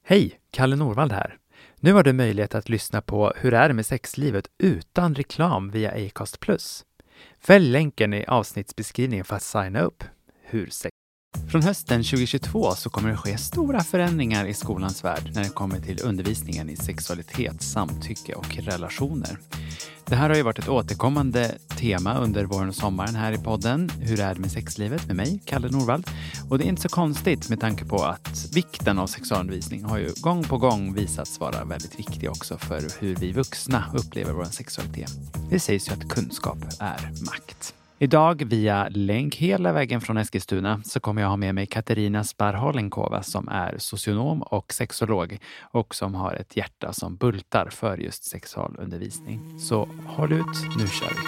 Hej, Kalle Norvald här. Nu har du möjlighet att lyssna på Hur är det med sexlivet utan reklam via Acast+. Följ länken i avsnittsbeskrivningen för att signa upp. Från hösten 2022 så kommer det ske stora förändringar i skolans värld när det kommer till undervisningen i sexualitet, samtycke och relationer. Det här har ju varit ett återkommande tema under våren och sommaren här i podden. Hur är det med sexlivet med mig, Kalle Norvald? Och det är inte så konstigt med tanke på att vikten av sexualundervisning har ju gång på gång visats vara väldigt viktig också för hur vi vuxna upplever vår sexualitet. Det sägs ju att kunskap är makt. Idag via länk hela vägen från Eskilstuna så kommer jag ha med mig Katarina Sparholenkova som är socionom och sexolog och som har ett hjärta som bultar för just sexualundervisning. Så håll ut, nu kör vi!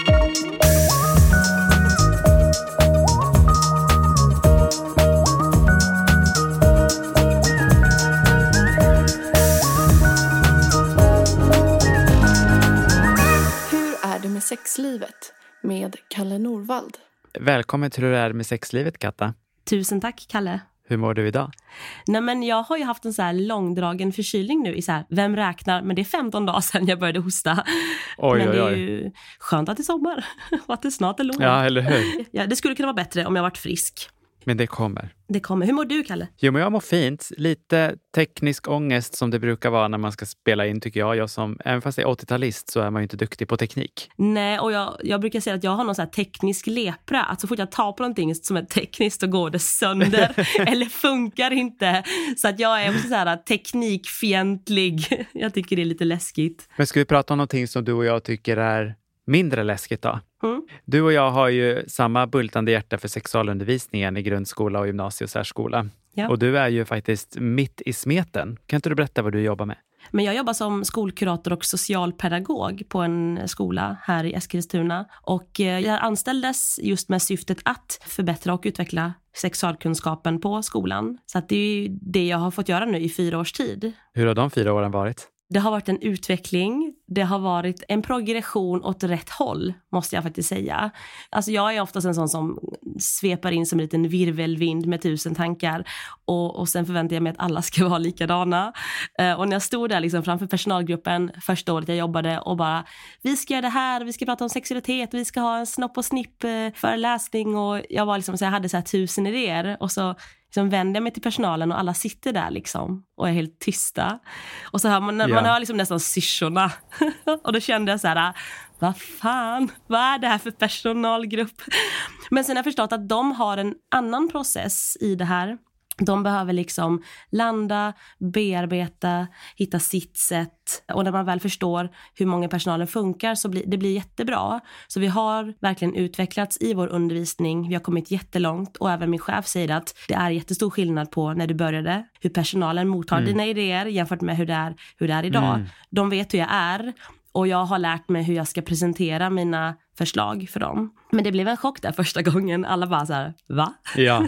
Hur är det med sexlivet? Med Kalle Norvald. Välkommen till Hur är det med sexlivet, Katta. Tusen tack, Kalle. Hur mår du idag? Nej, men jag har ju haft en så här långdragen förkylning nu i så här, vem räknar? Men det är 15 dagar sedan jag började hosta. Men det är ju skönt att det är sommar och att det snart är lång. Ja, eller hur? Ja, det skulle kunna vara bättre om jag varit frisk. Men det kommer. Det kommer. Hur mår du, Kalle? Jo, men jag mår fint. Lite teknisk ångest som det brukar vara när man ska spela in, tycker jag. Även fast jag är 80-talist så är man ju inte duktig på teknik. Nej, och jag brukar säga att jag har någon så här teknisk lepra. Att så fort jag tar på någonting som är tekniskt så går det sönder. Eller funkar inte. Så att jag är också så här teknikfientlig. Jag tycker det är lite läskigt. Men ska vi prata om någonting som du och jag tycker är mindre läskigt då? Mm. Du och jag har ju samma bultande hjärta för sexualundervisningen i grundskola och gymnasie och särskola. Ja. Och du är ju faktiskt mitt i smeten. Kan inte du berätta vad du jobbar med? Men jag jobbar som skolkurator och socialpedagog på en skola här i Eskilstuna. Och jag anställdes just med syftet att förbättra och utveckla sexualkunskapen på skolan. Så att det är ju det jag har fått göra nu i 4 års tid. Hur har de 4 åren varit? Det har varit en utveckling, det har varit en progression åt rätt håll, måste jag faktiskt säga. Alltså jag är oftast en sån som svepar in som en liten virvelvind med 1000 tankar och sen förväntar jag mig att alla ska vara likadana. Och när jag stod där liksom framför personalgruppen första året jag jobbade och bara, vi ska göra det här, vi ska prata om sexualitet, vi ska ha en snopp och snipp föreläsning och jag var liksom så jag hade så här 1000 idéer och så liksom vänder jag mig till personalen och alla sitter där liksom och är helt tysta. Och så hör man hör liksom nästan syrsorna. Och då kände jag så här, vad fan, vad är det här för personalgrupp? Men sen har jag förstått att de har en annan process i det här. De behöver liksom landa, bearbeta, hitta sitt sätt. Och när man väl förstår hur många personalen funkar så blir det jättebra. Så vi har verkligen utvecklats i vår undervisning. Vi har kommit jättelångt och även min chef säger att det är jättestor skillnad på när du började. Hur personalen mottar dina idéer jämfört med hur det är idag. De vet hur jag är. Och jag har lärt mig hur jag ska presentera mina förslag för dem. Men det blev en chock där första gången. Alla bara så här, va? Ja.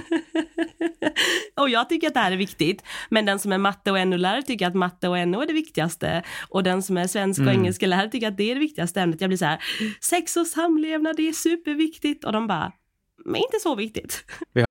Och jag tycker att det här är viktigt. Men den som är matte- och NO-lärare tycker att matte och NO är det viktigaste. Och den som är svenska och engelska lärare tycker att det är det viktigaste ämnet. Jag blir så här, sex och samlevnad, det är superviktigt. Och de bara, men inte så viktigt.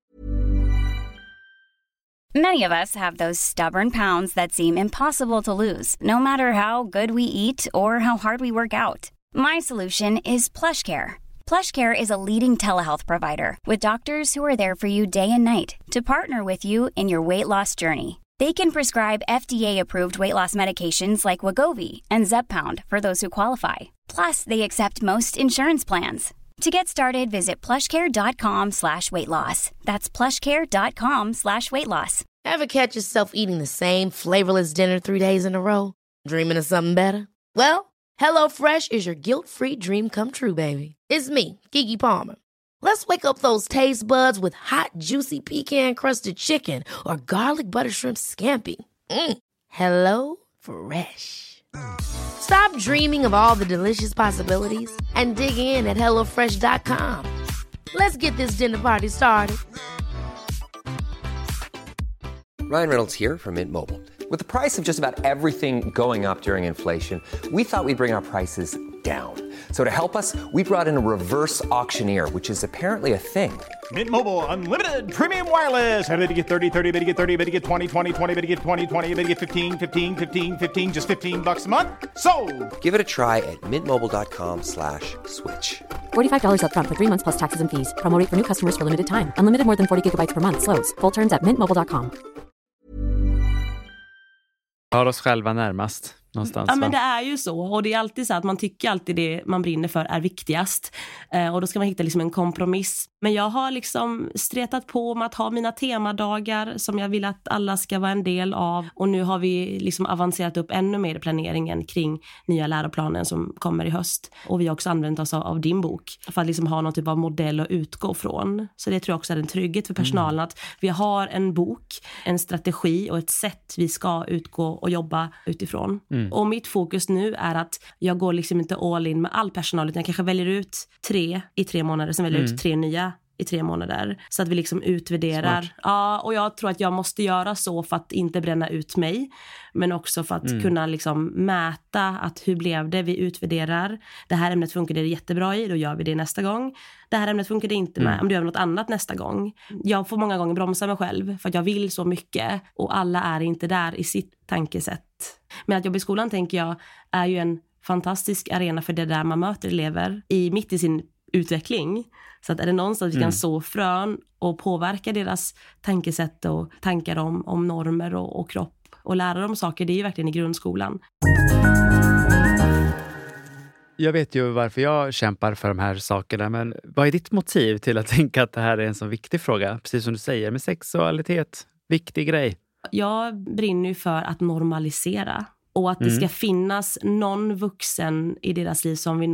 Many of us have those stubborn pounds that seem impossible to lose, no matter how good we eat or how hard we work out. My solution is PlushCare. PlushCare is a leading telehealth provider with doctors who are there for you day and night to partner with you in your weight loss journey. They can prescribe FDA-approved weight loss medications like Wegovy and Zepbound for those who qualify. Plus, they accept most insurance plans. To get started, visit plushcare.com/weightloss. That's plushcare.com/weightloss. Ever catch yourself eating the same flavorless dinner 3 days in a row? Dreaming of something better? Well, HelloFresh is your guilt-free dream come true, baby. It's me, Keke Palmer. Let's wake up those taste buds with hot, juicy pecan-crusted chicken or garlic butter shrimp scampi. Hello Fresh. Stop dreaming of all the delicious possibilities and dig in at HelloFresh.com. Let's get this dinner party started. Ryan Reynolds here from Mint Mobile. With the price of just about everything going up during inflation, we thought we'd bring our prices down. So to help us, we brought in a reverse auctioneer, which is apparently a thing. Mint Mobile Unlimited Premium Wireless. How to get 30, 30, bit to get 30, bit to get 20, 20, 20, bit to get 20, 20, bit to get 15, 15, 15, 15, just $15 a month? Sold! Give it a try at mintmobile.com/switch. $45 up front for 3 months plus taxes and fees. Promo rate for new customers for limited time. Unlimited more than 40 gigabytes per month. Slows full terms at mintmobile.com. Har oss själva närmast någonstans. Ja, men det är ju så. Och det är alltid så att man tycker alltid det man brinner för är viktigast. Och då ska man hitta liksom en kompromiss. Men jag har liksom stretat på med att ha mina temadagar som jag vill att alla ska vara en del av. Och nu har vi liksom avancerat upp ännu mer i planeringen kring nya läroplanen som kommer i höst. Och vi har också använt oss av din bok för att liksom ha någon typ av modell att utgå från. Så det tror jag också är en trygghet för personalen att vi har en bok, en strategi och ett sätt vi ska utgå och jobba utifrån. Och mitt fokus nu är att jag går liksom inte all in med all personal utan jag kanske väljer ut 3 i 3 månader, sen väljer ut 3 nya i 3 månader. Så att vi liksom utvärderar. Smart. Ja, och jag tror att jag måste göra så för att inte bränna ut mig. Men också för att kunna liksom mäta att hur blev det, vi utvärderar. Det här ämnet funkar det jättebra i, då gör vi det nästa gång. Det här ämnet funkar det inte med, om du gör något annat nästa gång. Jag får många gånger bromsa mig själv för att jag vill så mycket. Och alla är inte där i sitt tankesätt. Men att jobba i skolan tänker jag är ju en fantastisk arena för det där man möter elever mitt i sin utveckling. Så att är det någonstans vi kan så frön och påverka deras tankesätt och tankar om normer och kropp och lära dem saker, det är ju verkligen i grundskolan. Jag vet ju varför jag kämpar för de här sakerna, men vad är ditt motiv till att tänka att det här är en så viktig fråga? Precis som du säger, med sexualitet, viktig grej. Jag brinner ju för att normalisera. Och att det ska finnas någon vuxen i deras liv som vid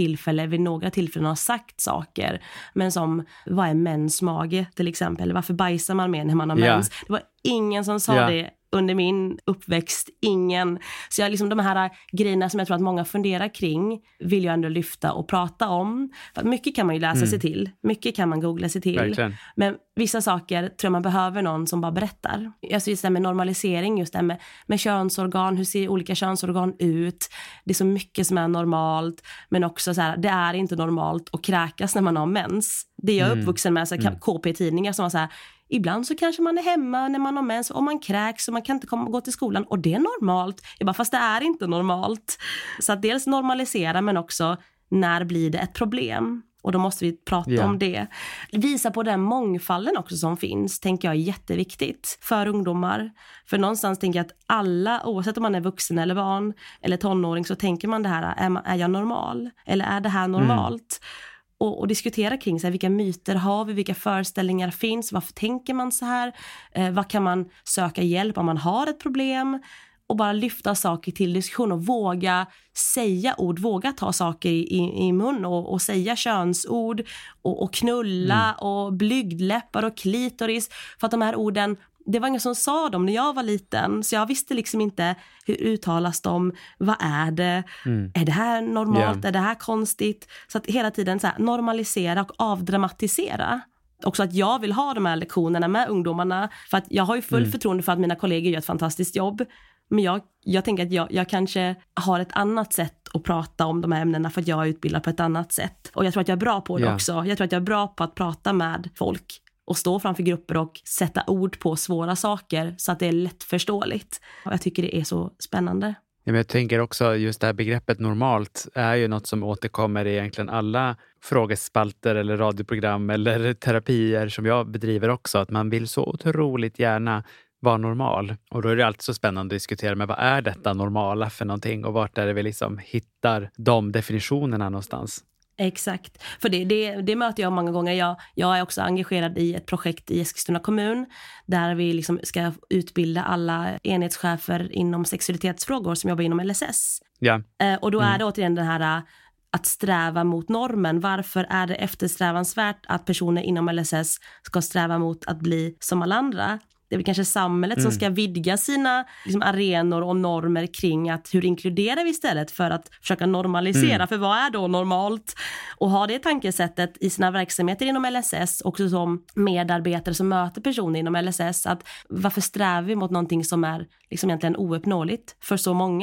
några tillfällen har sagt saker. Men som, vad är mensmage till exempel? Varför bajsar man mer när man har mens? Det var ingen som sa det under min uppväxt, ingen. Så jag liksom de här grejerna som jag tror att många funderar kring vill jag ändå lyfta och prata om. För att mycket kan man ju läsa sig till, mycket kan man googla sig till. Verkligen. Men vissa saker tror jag man behöver någon som bara berättar. Alltså just det här med normalisering, just det här med könsorgan, hur ser olika könsorgan ut? Det är så mycket som är normalt, men också så här, det är inte normalt att kräkas när man har mens. Det är jag uppvuxen med, så KP-tidningar som var så här, ibland så kanske man är hemma när man har mens och man kräks och man kan inte gå till skolan och det är normalt. Jag bara, fast det är inte normalt. Så att dels normalisera, men också när blir det ett problem? Och då måste vi prata om det. Visa på den mångfalden också som finns, tänker jag är jätteviktigt för ungdomar. För någonstans tänker jag att alla, oavsett om man är vuxen eller barn eller tonåring, så tänker man det här, är jag normal? Eller är det här normalt? Och diskutera kring så här, vilka myter har vi, vilka föreställningar finns, varför tänker man så här, vad kan man söka hjälp om man har ett problem, och bara lyfta saker till diskussion och våga säga ord, våga ta saker i mun och säga könsord och knulla och blygdläppar och klitoris, för att de här orden, det var ingen som sa dem när jag var liten, så jag visste liksom inte hur uttalas de, vad är det, är det här normalt, är det här konstigt, så att hela tiden så här, normalisera och avdramatisera. Också att jag vill ha de här lektionerna med ungdomarna, för att jag har ju full förtroende för att mina kollegor gör ett fantastiskt jobb, men jag tänker att jag kanske har ett annat sätt att prata om de här ämnena för att jag är utbildad på ett annat sätt, och jag tror att jag är bra på det också. Jag tror att jag är bra på att prata med folk och stå framför grupper och sätta ord på svåra saker så att det är lättförståeligt. Och jag tycker det är så spännande. Ja, men jag tänker också just det här begreppet normalt är ju något som återkommer i egentligen alla frågespalter eller radioprogram eller terapier som jag bedriver också. Att man vill så otroligt gärna vara normal. Och då är det alltid så spännande att diskutera med vad är detta normala för någonting och vart är det vi liksom hittar de definitionerna någonstans. Exakt, för det möter jag många gånger. Jag är också engagerad i ett projekt i Eskilstuna kommun där vi liksom ska utbilda alla enhetschefer inom sexualitetsfrågor som jobbar inom LSS. Och då är det återigen den här att sträva mot normen. Varför är det eftersträvansvärt att personer inom LSS ska sträva mot att bli som alla andra? Det är väl kanske samhället som ska vidga sina liksom, arenor och normer kring att hur inkluderar vi istället för att försöka normalisera. För vad är då normalt? Och ha det tankesättet i sina verksamheter inom LSS, också som medarbetare som möter personer inom LSS, att varför strävar vi mot någonting som är liksom egentligen ouppnåeligt för så många?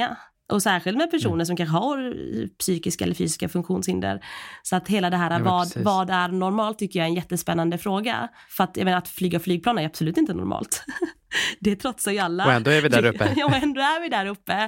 Och särskilt med personer som kanske har psykiska eller fysiska funktionshinder. Så att hela det här, vad är normalt, tycker jag är en jättespännande fråga. För att jag menar, att flyga flygplan är absolut inte normalt. Det trotsar ju alla. Och ändå är vi där uppe. Ja, och ändå är vi där uppe.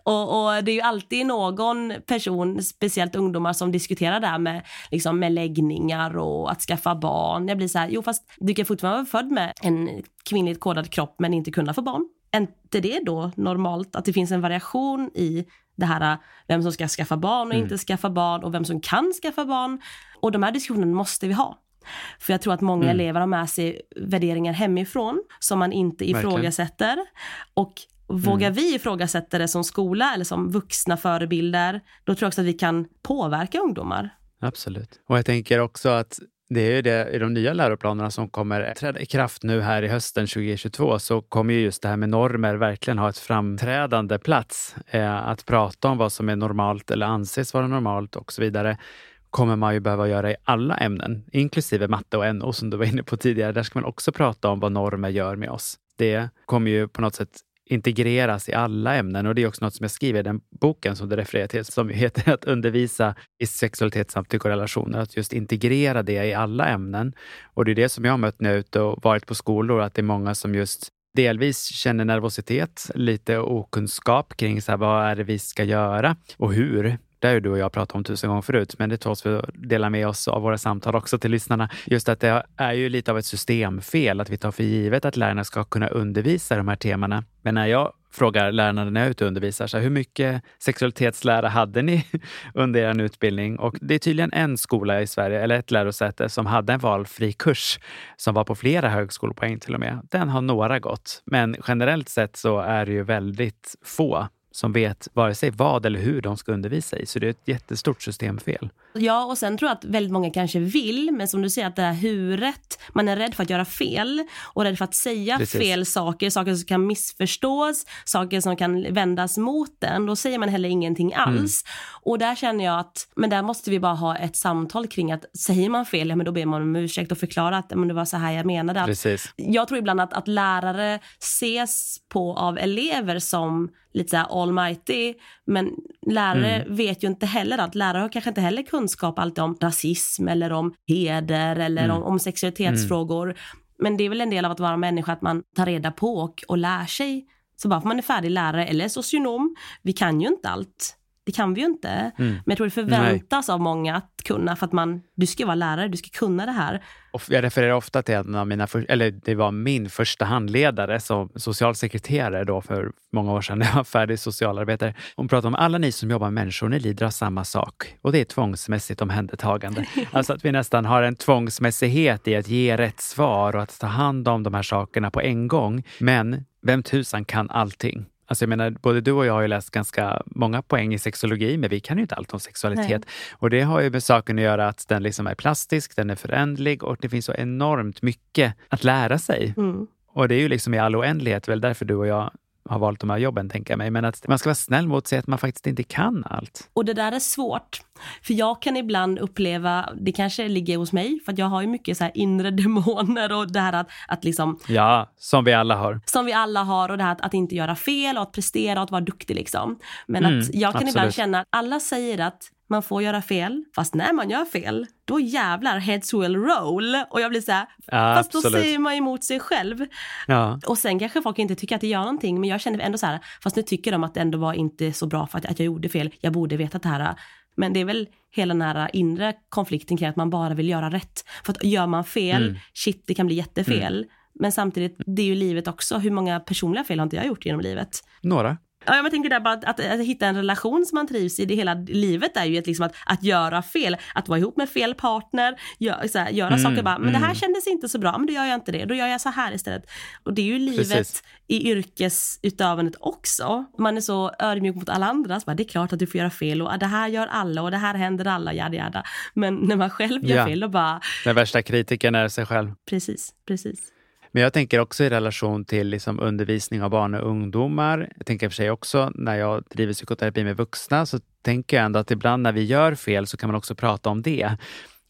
Och det är ju alltid någon person, speciellt ungdomar, som diskuterar det här med, liksom, med läggningar och att skaffa barn. Jag blir så här, jo fast du kan fortfarande vara född med en kvinnligt kodad kropp men inte kunna få barn. Är inte det då normalt att det finns en variation i det här, vem som ska skaffa barn och inte skaffa barn och vem som kan skaffa barn? Och de här diskussionerna måste vi ha. För jag tror att många elever har med sig värderingar hemifrån som man inte ifrågasätter. Och vågar vi ifrågasätta det som skola eller som vuxna förebilder, då tror jag också att vi kan påverka ungdomar. Absolut. Och jag tänker också att det är ju det i de nya läroplanerna som kommer träda i kraft nu här i hösten 2022, så kommer ju just det här med normer verkligen ha ett framträdande plats. Att prata om vad som är normalt eller anses vara normalt och så vidare kommer man ju behöva göra i alla ämnen, inklusive matte och NO som du var inne på tidigare. Där ska man också prata om vad normer gör med oss. Det kommer ju på något sätt integreras i alla ämnen, och det är också något som jag skriver i den boken som du refererar till, som heter att undervisa i sexualitet, samtycke och relationer, att just integrera det i alla ämnen. Och det är det som jag har mött när jag är ute och varit på skolor, att det är många som just delvis känner nervositet, lite okunskap kring så här, vad är det vi ska göra och hur. Det har ju du och jag pratat om 1000 gånger förut, men det tar oss för att dela med oss av våra samtal också till lyssnarna. Just att det är ju lite av ett systemfel, att vi tar för givet att lärarna ska kunna undervisa de här temana. Men när jag frågar lärarna när jag är ute och undervisar, så hur mycket sexualitetslära hade ni under er utbildning? Och det är tydligen en skola i Sverige, eller ett lärosäte, som hade en valfri kurs som var på flera högskolepoäng till och med. Den har några gått, men generellt sett så är det ju väldigt få som vet vare sig vad eller hur de ska undervisa i. Så det är ett jättestort systemfel. Ja, och sen tror jag att väldigt många kanske vill, men som du säger, att det här huret, man är rädd för att göra fel och rädd för att säga fel saker som kan missförstås, saker som kan vändas mot den. Då säger man heller ingenting alls. Och där känner jag att, men där måste vi bara ha ett samtal kring att säger man fel, ja men då ber man om ursäkt och förklara att men det var så här jag menade. Precis. Jag tror ibland att lärare ses på av elever som lite så här almighty, men lärare vet ju inte heller att lärare har kanske inte heller kunskap alltid om rasism eller om heder eller om sexualitetsfrågor. Men det är väl en del av att vara människa, att man tar reda på och lär sig. Så bara för man är färdig lärare eller socionom, vi kan ju inte allt. Det kan vi ju inte. Men jag tror det förväntas av många att kunna, för att du ska vara lärare, du ska kunna det här. Och jag refererar ofta till en av det var min första handledare som socialsekreterare då för många år sedan när jag var färdig socialarbetare. Hon pratade om alla ni som jobbar med människor, ni lider av samma sak. Och det är tvångsmässigt omhändertagande. Alltså att vi nästan har en tvångsmässighet i att ge rätt svar och att ta hand om de här sakerna på en gång. Men vem tusan kan allting? Alltså jag menar, både du och jag har ju läst ganska många poäng i sexologi, men vi kan ju inte allt om sexualitet. Nej. Och det har ju med saken att göra att den liksom är plastisk, den är förändlig och det finns så enormt mycket att lära sig. Och det är ju liksom i all oändlighet, väl därför du och jag har valt de här jobben, tänker jag mig. Men att man ska vara snäll mot sig att man faktiskt inte kan allt. Och det där är svårt. För jag kan ibland uppleva, det kanske ligger hos mig, för att jag har ju mycket så här inre demoner och det här att liksom... Ja, som vi alla har. Som vi alla har, och det här att inte göra fel och att prestera och att vara duktig liksom. Men att jag kan ibland känna att alla säger att man får göra fel, fast när man gör fel, då jävlar heads will roll. Och jag blir så här, fast då säger man emot sig själv. Ja. Och sen kanske folk inte tycker att det gör någonting, men jag känner ändå så här, fast nu tycker de att det ändå var inte så bra för att jag gjorde fel. Jag borde veta det här. Men det är väl hela den här inre konflikten kring att man bara vill göra rätt. För att gör man fel, shit, det kan bli jättefel. Men samtidigt, det är ju livet också. Hur många personliga fel har inte jag gjort genom livet? Några. Ja, jag tänker där bara att hitta en relation som man trivs i. Det hela livet är ju liksom att göra fel. Att vara ihop med fel partner. Göra saker bara, men det här kändes inte så bra. Men då gör jag inte det. Då gör jag så här istället. Och det är ju livet i yrkesutövandet också. Man är så ödmjuk mot alla andra. Så bara, det är klart att du får göra fel. Och det här gör alla. Och det här händer alla. Jada. Men när man själv gör fel, då bara... Den värsta kritiken är sig själv. Precis. Men jag tänker också i relation till liksom undervisning av barn och ungdomar. Jag tänker för sig också när jag driver psykoterapi med vuxna, så tänker jag ändå att ibland när vi gör fel så kan man också prata om det.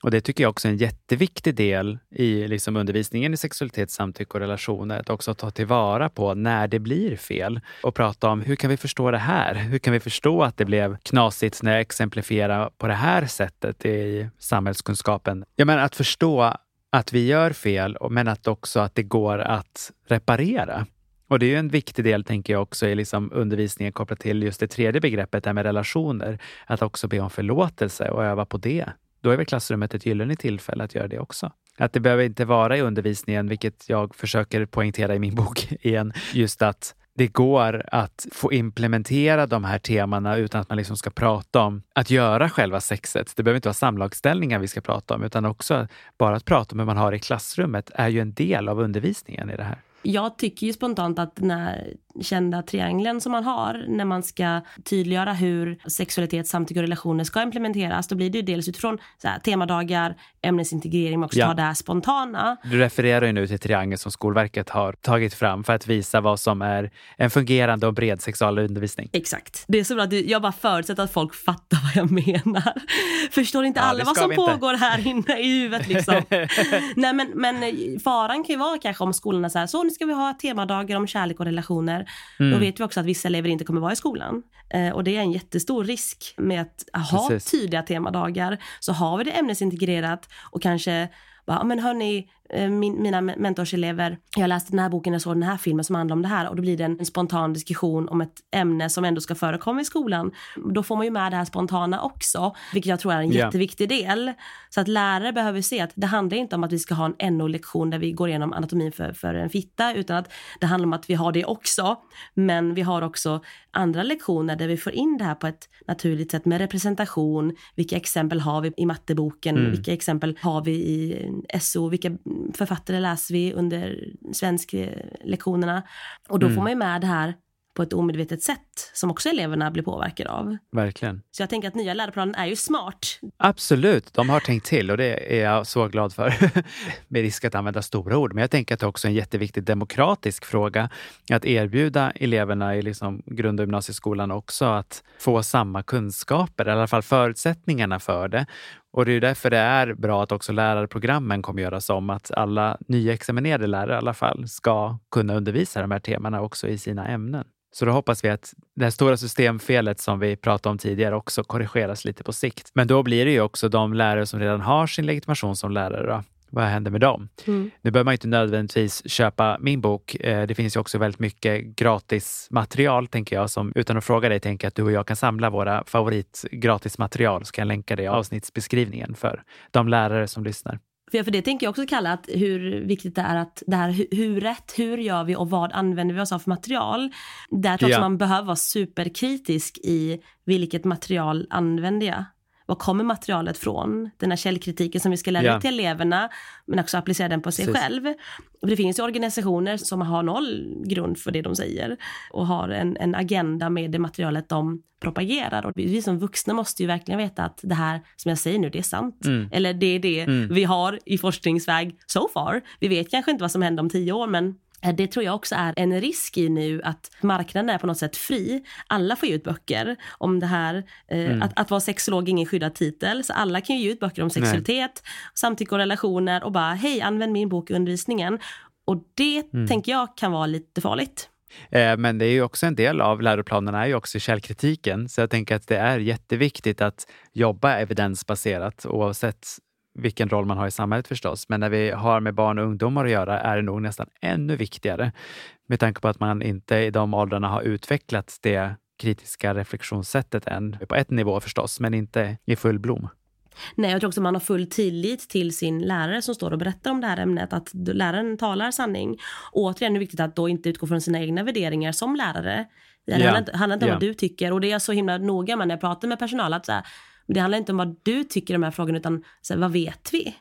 Och det tycker jag också är en jätteviktig del i liksom undervisningen i sexualitet, samtycke och relationer. Att också ta tillvara på när det blir fel. Och prata om hur kan vi förstå det här? Hur kan vi förstå att det blev knasigt när jag exemplifierar på det här sättet i samhällskunskapen? Jag menar att förstå att vi gör fel, men att också att det går att reparera. Och det är ju en viktig del, tänker jag också, i liksom undervisningen kopplat till just det tredje begreppet, där med relationer. Att också be om förlåtelse och öva på det. Då är väl klassrummet ett gyllene tillfälle att göra det också. Att det behöver inte vara i undervisningen, vilket jag försöker poängtera i min bok igen, just att det går att få implementera de här temana utan att man liksom ska prata om att göra själva sexet. Det behöver inte vara samlagsställningar vi ska prata om, utan också bara att prata om hur man har det i klassrummet är ju en del av undervisningen i det här. Jag tycker ju spontant att den här kända triangeln som man har när man ska tydliggöra hur sexualitet, samtycke och relationer ska implementeras, då blir det ju dels utifrån så här, temadagar, ämnesintegrering, men också ha det här spontana. Du refererar ju nu till triangeln som Skolverket har tagit fram för att visa vad som är en fungerande och bred sexualundervisning. Exakt. Det är så bra att jag bara förutsätter att folk fattar vad jag menar. Förstår inte alla vad som pågår här inne i huvudet liksom. Nej, men faran kan ju vara kanske om skolorna så här, så nu ska vi ha temadagar om kärlek och relationer. Då vet vi också att vissa elever inte kommer vara i skolan. Och det är en jättestor risk med att ha tydliga temadagar. Så har vi det ämnesintegrerat och kanske bara, men hörni, mina mentorselever, jag läste den här boken och såg den här filmen som handlar om det här, och då blir det en spontan diskussion om ett ämne som ändå ska förekomma i skolan. Då får man ju med det här spontana också, vilket jag tror är en jätteviktig del. Så att lärare behöver se att det handlar inte om att vi ska ha en NO-lektion där vi går igenom anatomin för en fitta, utan att det handlar om att vi har det också, men vi har också andra lektioner där vi får in det här på ett naturligt sätt med representation. Vilka exempel har vi i matteboken? Vilka exempel har vi i SO? Vilka författare läser vi under svensk lektionerna? Och då får man ju med det här på ett omedvetet sätt som också eleverna blir påverkade av. Verkligen. Så jag tänker att nya läroplanen är ju smart. Absolut, de har tänkt till och det är jag så glad för. Med risk att använda stora ord. Men jag tänker att det är också en jätteviktig demokratisk fråga att erbjuda eleverna i liksom grund- och gymnasieskolan också att få samma kunskaper, i alla fall förutsättningarna för det. Och det är ju därför det är bra att också lärarprogrammen kommer göras om, att alla nyexaminerade lärare i alla fall ska kunna undervisa de här temana också i sina ämnen. Så då hoppas vi att det här stora systemfelet som vi pratade om tidigare också korrigeras lite på sikt. Men då blir det ju också de lärare som redan har sin legitimation som lärare då. Vad händer med dem? Nu behöver man inte nödvändigtvis köpa min bok. Det finns ju också väldigt mycket gratis material, tänker jag. Som, utan att fråga dig, tänker att du och jag kan samla våra favorit gratis material. Så kan jag länka det i avsnittsbeskrivningen för de lärare som lyssnar. För det tänker jag också kalla att hur viktigt det är att det här hur gör vi och vad använder vi oss av för material. Där tror jag att man behöver vara superkritisk i vilket material använder jag. Var kommer materialet från? Den här källkritiken som vi ska lära ut till eleverna, men också applicera den på sig själv. Och det finns ju organisationer som har noll grund för det de säger och har en agenda med det materialet de propagerar. Och vi som vuxna måste ju verkligen veta att det här som jag säger nu, det är sant. Eller det är det vi har i forskningsväg so far. Vi vet kanske inte vad som händer om 10 år, men det tror jag också är en risk i nu, att marknaden är på något sätt fri. Alla får ge ut böcker om det här. Att vara sexolog är ingen skyddad titel. Så alla kan ju ge ut böcker om sexualitet, samtycke och relationer och bara, hej, använd min bok i undervisningen. Och det tänker jag kan vara lite farligt. Men det är ju också en del av läroplanerna är ju också källkritiken. Så jag tänker att det är jätteviktigt att jobba evidensbaserat oavsett vilken roll man har i samhället förstås. Men när vi har med barn och ungdomar att göra är det nog nästan ännu viktigare. Med tanke på att man inte i de åldrarna har utvecklat det kritiska reflektionssättet än. På ett nivå förstås, men inte i full blom. Nej, jag tror också man har full tillit till sin lärare som står och berättar om det här ämnet. Att läraren talar sanning. Och återigen är det viktigt att då inte utgå från sina egna värderingar som lärare. Det handlar inte om vad du tycker. Och det är så himla noga när jag pratar med personal att så här, det handlar inte om vad du tycker om de här frågorna, utan så här, vad vet vi?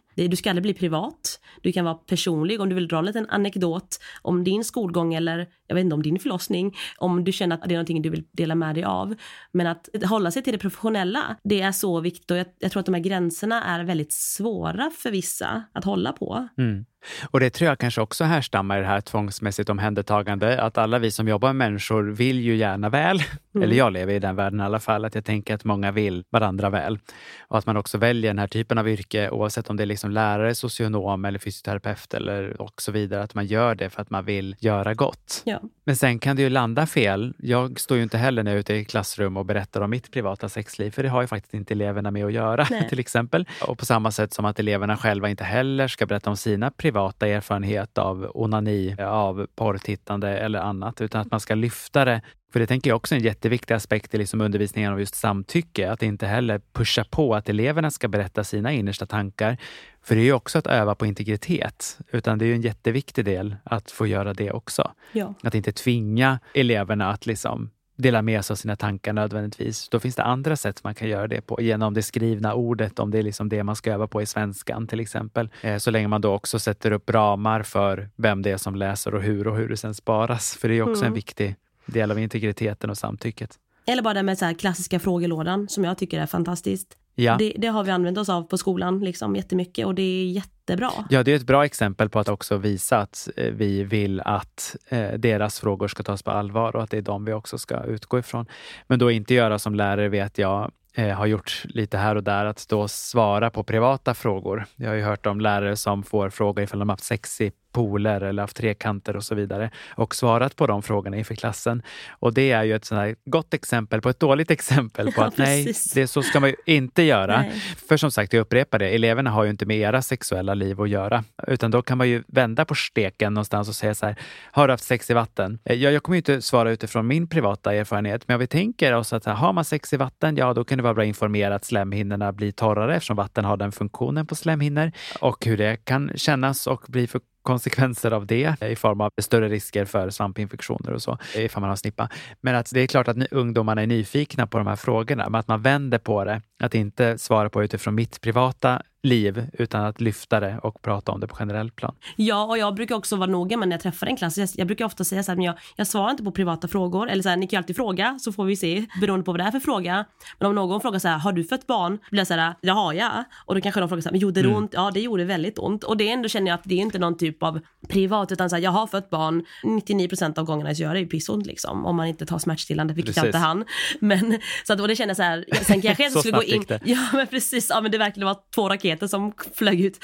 Du ska aldrig bli privat. Du kan vara personlig om du vill dra en liten anekdot om din skolgång eller jag vet inte om din förlossning. Om du känner att det är någonting du vill dela med dig av. Men att hålla sig till det professionella, det är så viktigt. Och jag tror att de här gränserna är väldigt svåra för vissa att hålla på. Mm. Och det tror jag kanske också härstammar i det här tvångsmässigt omhändertagande. Att alla vi som jobbar med människor vill ju gärna väl. Eller jag lever i den världen i alla fall. Att jag tänker att många vill varandra väl. Och att man också väljer den här typen av yrke. Oavsett om det är liksom lärare, socionom eller fysioterapeut eller och så vidare. Att man gör det för att man vill göra gott. Ja. Men sen kan det ju landa fel. Jag står ju inte heller när jag är ute i klassrum och berättar om mitt privata sexliv. För det har ju faktiskt inte eleverna med att göra till exempel. Och på samma sätt som att eleverna själva inte heller ska berätta om sina privata erfarenhet av onani, av porrtittande eller annat. Utan att man ska lyfta det. För det tänker jag också är en jätteviktig aspekt i liksom undervisningen av just samtycke. Att inte heller pusha på att eleverna ska berätta sina innersta tankar. För det är ju också att öva på integritet. Utan det är ju en jätteviktig del att få göra det också. Ja. Att inte tvinga eleverna att liksom dela med sig av sina tankar nödvändigtvis. Då finns det andra sätt man kan göra det på. Genom det skrivna ordet, om det är liksom det man ska öva på i svenskan till exempel. Så länge man då också sätter upp ramar för vem det är som läser och hur det sen sparas. För det är också en viktig del av integriteten och samtycket. Eller bara det med så här klassiska frågelådan som jag tycker är fantastiskt. Ja. Det har vi använt oss av på skolan liksom jättemycket och det är jättebra. Ja, det är ett bra exempel på att också visa att vi vill att deras frågor ska tas på allvar och att det är de vi också ska utgå ifrån. Men då inte göra som lärare vet jag har gjort lite här och där att då svara på privata frågor. Jag har ju hört om lärare som får frågor ifall de har haft sex i poler eller haft trekanter och så vidare och svarat på de frågorna inför klassen. Och det är ju ett sånt här gott exempel på ett dåligt exempel på att nej, det så ska man ju inte göra. Nej. För som sagt, jag upprepar det, eleverna har ju inte med era sexuella liv att göra. Utan då kan man ju vända på steken någonstans och säga så här, har du haft sex i vatten? Jag kommer ju inte svara utifrån min privata erfarenhet, men vi tänker oss att har man sex i vatten, ja då kan det vara bra informera att slemhinnorna blir torrare eftersom vatten har den funktionen på slemhinnor och hur det kan kännas och bli för konsekvenser av det i form av större risker för svampinfektioner och så ifall man har snippa. Men att det är klart att ungdomarna är nyfikna på de här frågorna, men att man vänder på det, att inte svara på utifrån mitt privata liv utan att lyfta det och prata om det på generell plan. Ja, och jag brukar också vara noga med när jag träffar en klass. Jag brukar ofta säga så här, men jag svarar inte på privata frågor. Eller så här, ni kan ju alltid fråga så får vi se beroende på vad det är för fråga. Men om någon frågar så här, har du fött barn? Blir jag så här, ja har jag. Och då kanske de frågar så här, men gjorde det ont? Ja, det gjorde väldigt ont. Och det ändå känner jag att det är inte någon typ av privat utan så här, jag har fött barn. 99% av gångerna så gör det ju pissont liksom. Om man inte tar smärtstillande, vilket jag inte hann. Men så att, och det känner så här, sen kan jag skulle gå in. Ja, men precis. Ja, men det verkligen var 2 raketer som flög ut.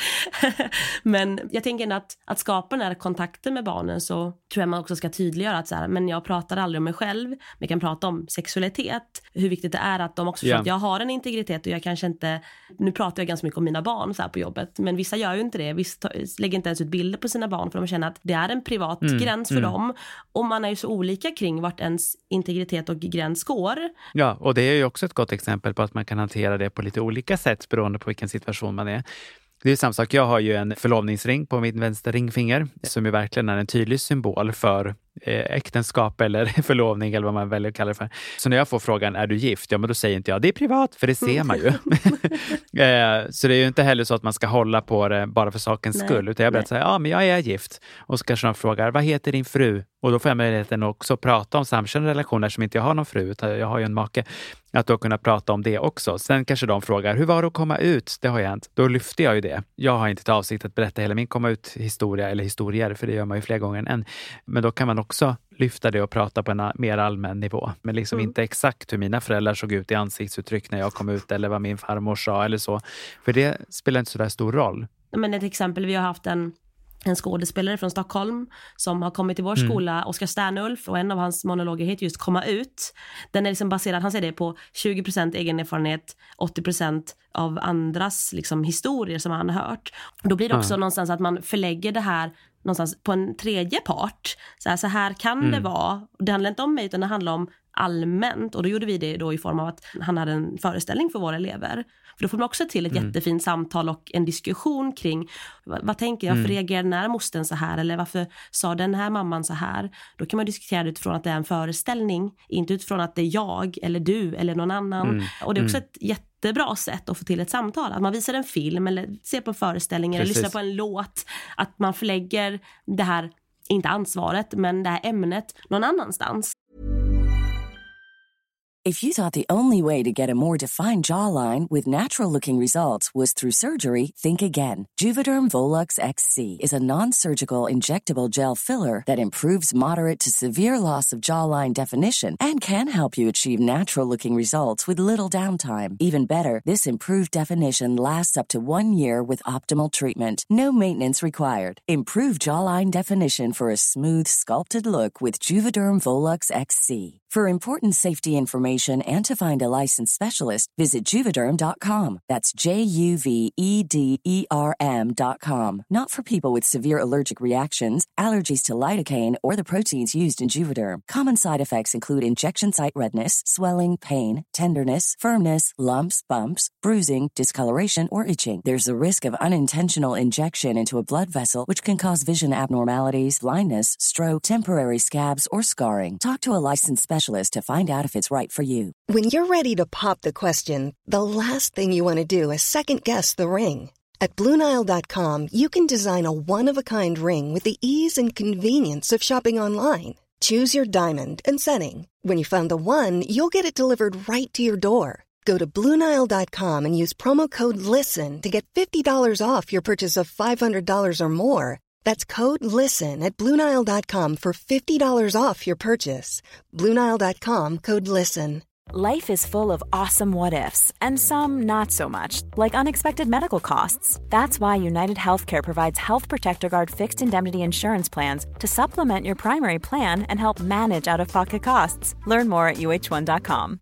Men jag tänker ändå att skapa den här kontakten med barnen så tror jag man också ska tydliggöra att så här, men jag pratar aldrig om mig själv, men jag kan prata om sexualitet. Hur viktigt det är att de också tror att jag har en integritet och jag kanske inte, nu pratar jag ganska mycket om mina barn så här på jobbet, men vissa gör ju inte det. Vissa lägger inte ens ut bilder på sina barn för de känner att det är en privat gräns för dem. Och man är ju så olika kring vart ens integritet och gräns går. Ja, och det är ju också ett gott exempel på att man kan hantera det på lite olika sätt beroende på vilken situation man är. Det är samma sak, jag har ju en förlovningsring på mitt vänster ringfinger som ju verkligen är en tydlig symbol för äktenskap eller förlovning eller vad man väljer att kalla det för. Så när jag får frågan, är du gift? Ja, men då säger inte jag, det är privat, för det ser man ju. Så det är ju inte heller så att man ska hålla på det bara för sakens skull. Utan jag berättar så här, ja men jag är gift. Och så kanske de frågar, vad heter din fru? Och då får jag möjligheten också prata om samkönade relationer som inte jag har någon fru, utan jag har ju en make. Att då kunna prata om det också. Sen kanske de frågar, hur var det att komma ut? Det har jag hänt. Då lyfter jag ju det. Jag har inte till avsikt att berätta hela min komma ut historia eller historier, för det gör man ju fler gånger än en. Men då kan man också lyfta det och prata på en mer allmän nivå. Men liksom inte exakt hur mina föräldrar såg ut i ansiktsuttryck när jag kom ut eller vad min farmor sa eller så. För det spelar inte så där stor roll. Men ett exempel, vi har haft en skådespelare från Stockholm som har kommit till vår skola, Oskar Sternulf, och en av hans monologer heter just Komma ut. Den är liksom baserad, han säger det, på 20% egen erfarenhet, 80% av andras liksom historier som han har hört. Då blir det också någonstans att man förlägger det här någonstans på en tredje part. Så här kan det vara. Det handlar inte om mig utan det handlar om allmänt. Och då gjorde vi det då i form av att han hade en föreställning för våra elever. För då får man också till ett jättefint samtal och en diskussion kring vad tänker jag, för reagerar den här mostern så här, eller varför sa den här mamman så här. Då kan man diskutera det utifrån att det är en föreställning, inte utifrån att det är jag eller du eller någon annan. Och det är också ett jättebra jättebra sätt att få till ett samtal. Att man visar en film eller ser på en föreställning eller lyssnar på en låt. Att man förlägger det här, inte ansvaret, men det här ämnet någon annanstans. If you thought the only way to get a more defined jawline with natural-looking results was through surgery, think again. Juvederm Volux XC is a non-surgical injectable gel filler that improves moderate to severe loss of jawline definition and can help you achieve natural-looking results with little downtime. Even better, this improved definition lasts up to 1 year with optimal treatment. No maintenance required. Improve jawline definition for a smooth, sculpted look with Juvederm Volux XC. For important safety information and to find a licensed specialist, visit Juvederm.com. That's Juvederm.com. Not for people with severe allergic reactions, allergies to lidocaine, or the proteins used in Juvederm. Common side effects include injection site redness, swelling, pain, tenderness, firmness, lumps, bumps, bruising, discoloration, or itching. There's a risk of unintentional injection into a blood vessel, which can cause vision abnormalities, blindness, stroke, temporary scabs, or scarring. Talk to a licensed specialist to find out if it's right for you. When you're ready to pop the question, the last thing you want to do is second-guess the ring. At BlueNile.com, you can design a one-of-a-kind ring with the ease and convenience of shopping online. Choose your diamond and setting. When you find the one, you'll get it delivered right to your door. Go to BlueNile.com and use promo code LISTEN to get $50 off your purchase of $500 or more. That's code LISTEN at BlueNile.com for $50 off your purchase. BlueNile.com, code LISTEN. Life is full of awesome what-ifs, and some not so much, like unexpected medical costs. That's why United Healthcare provides Health Protector Guard fixed indemnity insurance plans to supplement your primary plan and help manage out-of-pocket costs. Learn more at uh1.com.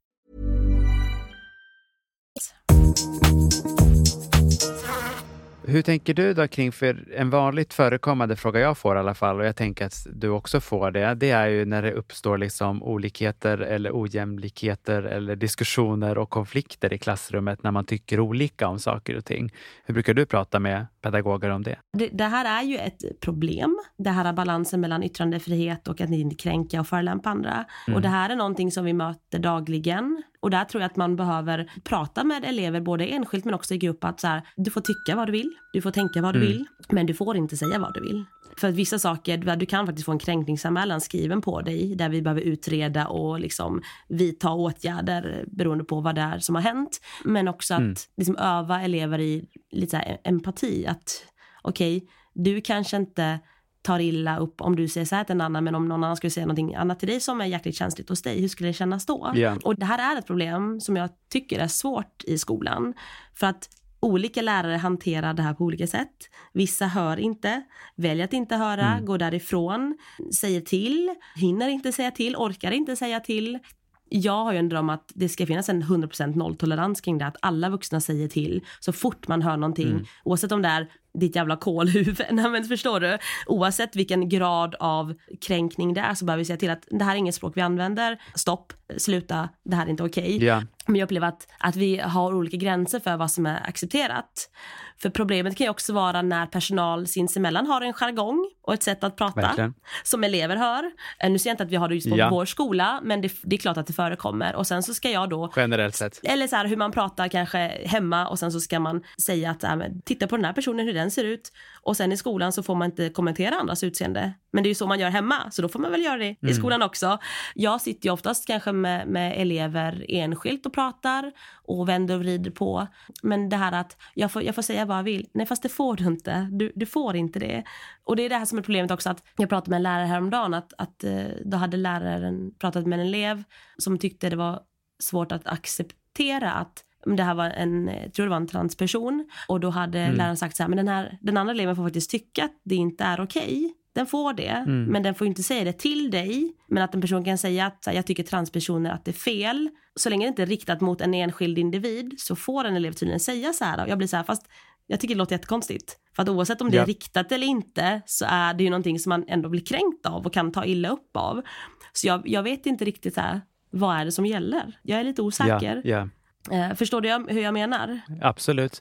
Hur tänker du då kring, för en vanligt förekommande fråga jag får i alla fall, och jag tänker att du också får det är ju när det uppstår liksom olikheter eller ojämlikheter eller diskussioner och konflikter i klassrummet när man tycker olika om saker och ting. Hur brukar du prata med pedagoger om det? Det här är ju ett problem. Det här är balansen mellan yttrandefrihet och att inte kränka och förolämpa andra. Och det här är någonting som vi möter dagligen. Och där tror jag att man behöver prata med elever både enskilt men också i grupp, att så här, du får tycka vad du vill, du får tänka vad du vill, men du får inte säga vad du vill. För att vissa saker, du kan faktiskt få en kränkningsanmälan skriven på dig där vi behöver utreda och liksom vidta åtgärder beroende på vad det är som har hänt. Men också att liksom öva elever i lite så här empati, att okej, du kanske inte tar illa upp om du säger så här till en annan, men om någon annan skulle säga någonting annat till dig som är jäkligt känsligt hos dig, hur skulle det kännas då? Yeah. Och det här är ett problem som jag tycker är svårt i skolan, för att olika lärare hanterar det här på olika sätt. Vissa hör inte, väljer att inte höra, går därifrån, säger till, hinner inte säga till, orkar inte säga till. Jag har ju en dröm att det ska finnas en 100% nolltolerans kring det, att alla vuxna säger till så fort man hör någonting, oavsett om det är ditt jävla kolhuvud. Nej, men förstår du? Oavsett vilken grad av kränkning det är så behöver vi säga till att det här är inget språk vi använder. Stopp, sluta, det här är inte okej. Yeah. Men jag upplever att vi har olika gränser för vad som är accepterat. För problemet kan ju också vara när personal sinsemellan har en jargong och ett sätt att prata. Verkligen. Som elever hör. Nu ser jag inte att vi har det just på vår skola, men det är klart att det förekommer. Och sen så ska jag då... Generellt sett. Eller så här hur man pratar kanske hemma, och sen så ska man säga att titta på den här personen, hur den ser ut. Och sen i skolan så får man inte kommentera andras utseende. Men det är ju så man gör hemma, så då får man väl göra det i skolan också. Jag sitter ju oftast kanske med elever enskilt och pratar och vänder och vrider på. Men det här att jag får säga vad jag vill. Nej, fast det får du inte. Du får inte det. Och det är det här som är problemet också, att jag pratade med en lärare häromdagen att då hade läraren pratat med en elev som tyckte det var svårt att acceptera att det här var jag tror det var en transperson, och då hade läraren sagt så här, men den andra eleven får faktiskt tycka att det inte är okej. Den får det, men den får inte säga det till dig. Men att en person kan säga att jag tycker transpersoner att det är fel. Så länge det inte är riktat mot en enskild individ så får en elev tydligen säga så här. Och jag blir så här, fast jag tycker det låter jättekonstigt. För att oavsett om det är riktat eller inte så är det ju någonting som man ändå blir kränkt av och kan ta illa upp av. Så jag vet inte riktigt så här, vad är det som gäller? Jag är lite osäker. Ja. Förstår du hur jag menar? Absolut.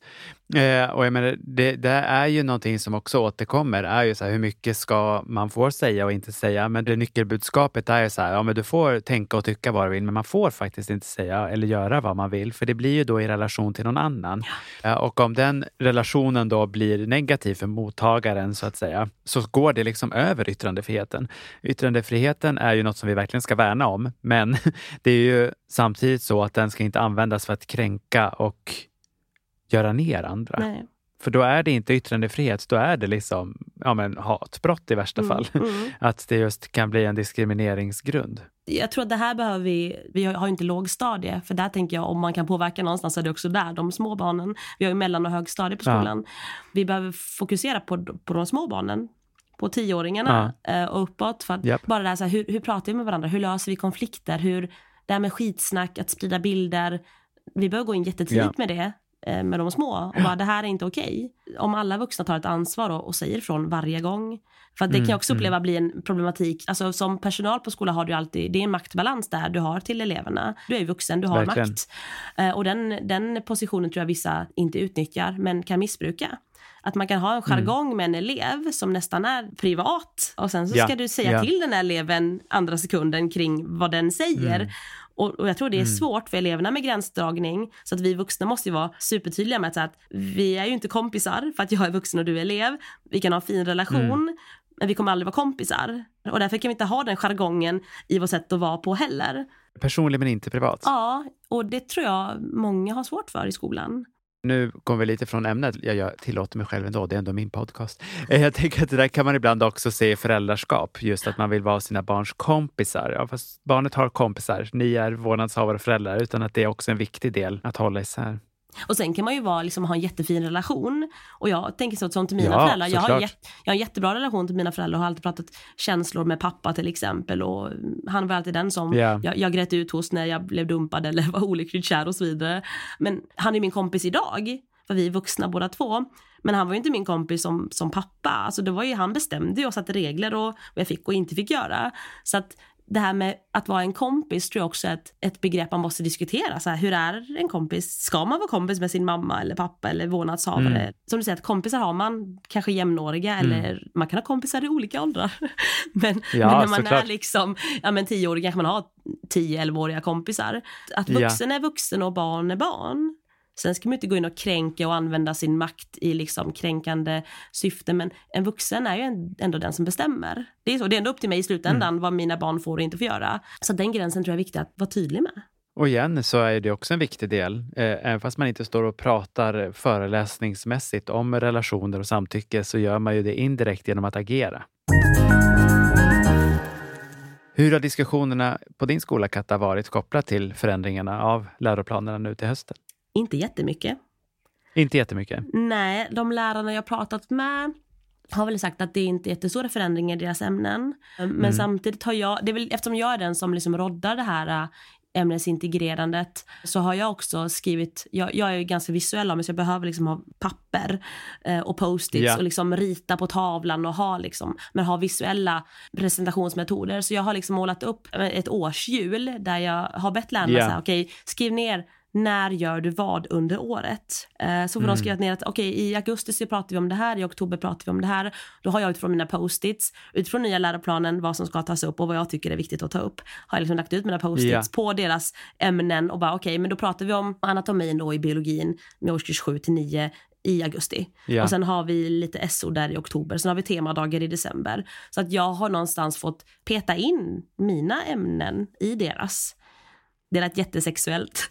Och jag menar, det är ju någonting som också återkommer, är ju så här, hur mycket ska man får säga och inte säga. Men det nyckelbudskapet är ju så här, ja men du får tänka och tycka vad du vill, men man får faktiskt inte säga eller göra vad man vill. För det blir ju då i relation till någon annan. Och om den relationen då blir negativ för mottagaren så att säga, så går det liksom över yttrandefriheten. Yttrandefriheten är ju något som vi verkligen ska värna om, men det är ju samtidigt så att den ska inte användas för att kränka och göra ner andra. Nej. För då är det inte yttrandefrihet, då är det liksom hatbrott i värsta fall. Att det just kan bli en diskrimineringsgrund. Jag tror att det här behöver vi har ju inte lågstadie, för där tänker jag om man kan påverka någonstans så är det också där, de små barnen. Vi har ju mellan- och högstadie på skolan. Vi behöver fokusera på de små barnen, på 10-åringarna och uppåt. För att bara det här, så här, hur pratar vi med varandra? Hur löser vi konflikter? Det här med skitsnack, att sprida bilder. Vi behöver gå in jättetidigt med det. Med de små och bara, det här är inte okej. Om alla vuxna tar ett ansvar och säger ifrån varje gång. För att det kan jag också uppleva bli en problematik. Alltså som personal på skolan har du alltid, det är en maktbalans där du har till eleverna. Du är ju vuxen, du har makt. Och den positionen tror jag vissa inte utnyttjar men kan missbruka. Att man kan ha en jargong med en elev som nästan är privat. Och sen så ska du säga till den här eleven andra sekunden kring vad den säger. Och jag tror det är svårt för eleverna med gränsdragning. Så att vi vuxna måste ju vara supertydliga med att vi är ju inte kompisar för att jag är vuxen och du är elev. Vi kan ha en fin relation, men vi kommer aldrig vara kompisar. Och därför kan vi inte ha den jargongen i vårt sätt att vara på heller. Personlig men inte privat. Ja, och det tror jag många har svårt för i skolan. Nu kommer vi lite från ämnet. Jag tillåter mig själv ändå, det är ändå min podcast. Jag tänker att det där kan man ibland också se i föräldraskap. Just att man vill vara sina barns kompisar. Ja, fast barnet har kompisar. Ni är vårdnadshavare och föräldrar. Utan att det är också en viktig del att hålla isär. Och sen kan man ju ha en jättefin relation. Och jag tänker så som till mina föräldrar. Jag har en jättebra relation till mina föräldrar. Och har alltid pratat känslor med pappa till exempel. Och han var alltid den som jag grät ut hos när jag blev dumpad eller var olyckligt kär och så vidare. Men han är min kompis idag. För vi är vuxna båda två. Men han var ju inte min kompis som pappa. Alltså det var ju, han bestämde ju och satte regler och vad jag fick och inte fick göra. Så att det här med att vara en kompis tror jag också är ett begrepp man måste diskutera. Så här, hur är en kompis? Ska man vara kompis med sin mamma eller pappa eller vårdnadshavare? Som du säger, att kompisar har man kanske jämnåriga eller man kan ha kompisar i olika åldrar. men när man är liksom 10-årig kanske man har 10-11-åriga kompisar. Att vuxen är vuxen och barn är barn. Sen ska man inte gå in och kränka och använda sin makt i liksom kränkande syfte. Men en vuxen är ju ändå den som bestämmer. Det är så. Det är ändå upp till mig i slutändan vad mina barn får och inte får göra. Så den gränsen tror jag är viktig att vara tydlig med. Och igen så är det också en viktig del. Även fast man inte står och pratar föreläsningsmässigt om relationer och samtycke så gör man ju det indirekt genom att agera. Hur har diskussionerna på din skola, Katta, varit kopplat till förändringarna av läroplanerna nu till hösten? Inte jättemycket. Inte jättemycket? Nej, de lärarna jag pratat med har väl sagt att det inte är jättestora förändringar i deras ämnen. Men samtidigt har jag, det är väl eftersom jag är den som liksom roddar det här ämnesintegrerandet, så har jag också skrivit, jag är ju ganska visuell av mig så jag behöver liksom ha papper och post-its och liksom rita på tavlan och ha visuella presentationsmetoder. Så jag har liksom målat upp ett årshjul där jag har bett lärarna så här, okej, skriv ner när gör du vad under året? Så får de skriva ner att i augusti så pratar vi om det här, i oktober pratar vi om det här. Då har jag utifrån mina post-its, utifrån nya läroplanen, vad som ska tas upp och vad jag tycker är viktigt att ta upp. Har jag liksom lagt ut mina post-its på deras ämnen och bara men då pratar vi om anatomin då i biologin med årskurs 7-9 i augusti. Och sen har vi lite SO där i oktober. Sen har vi temadagar i december. Så att jag har någonstans fått peta in mina ämnen i deras. Det är jättesexuellt.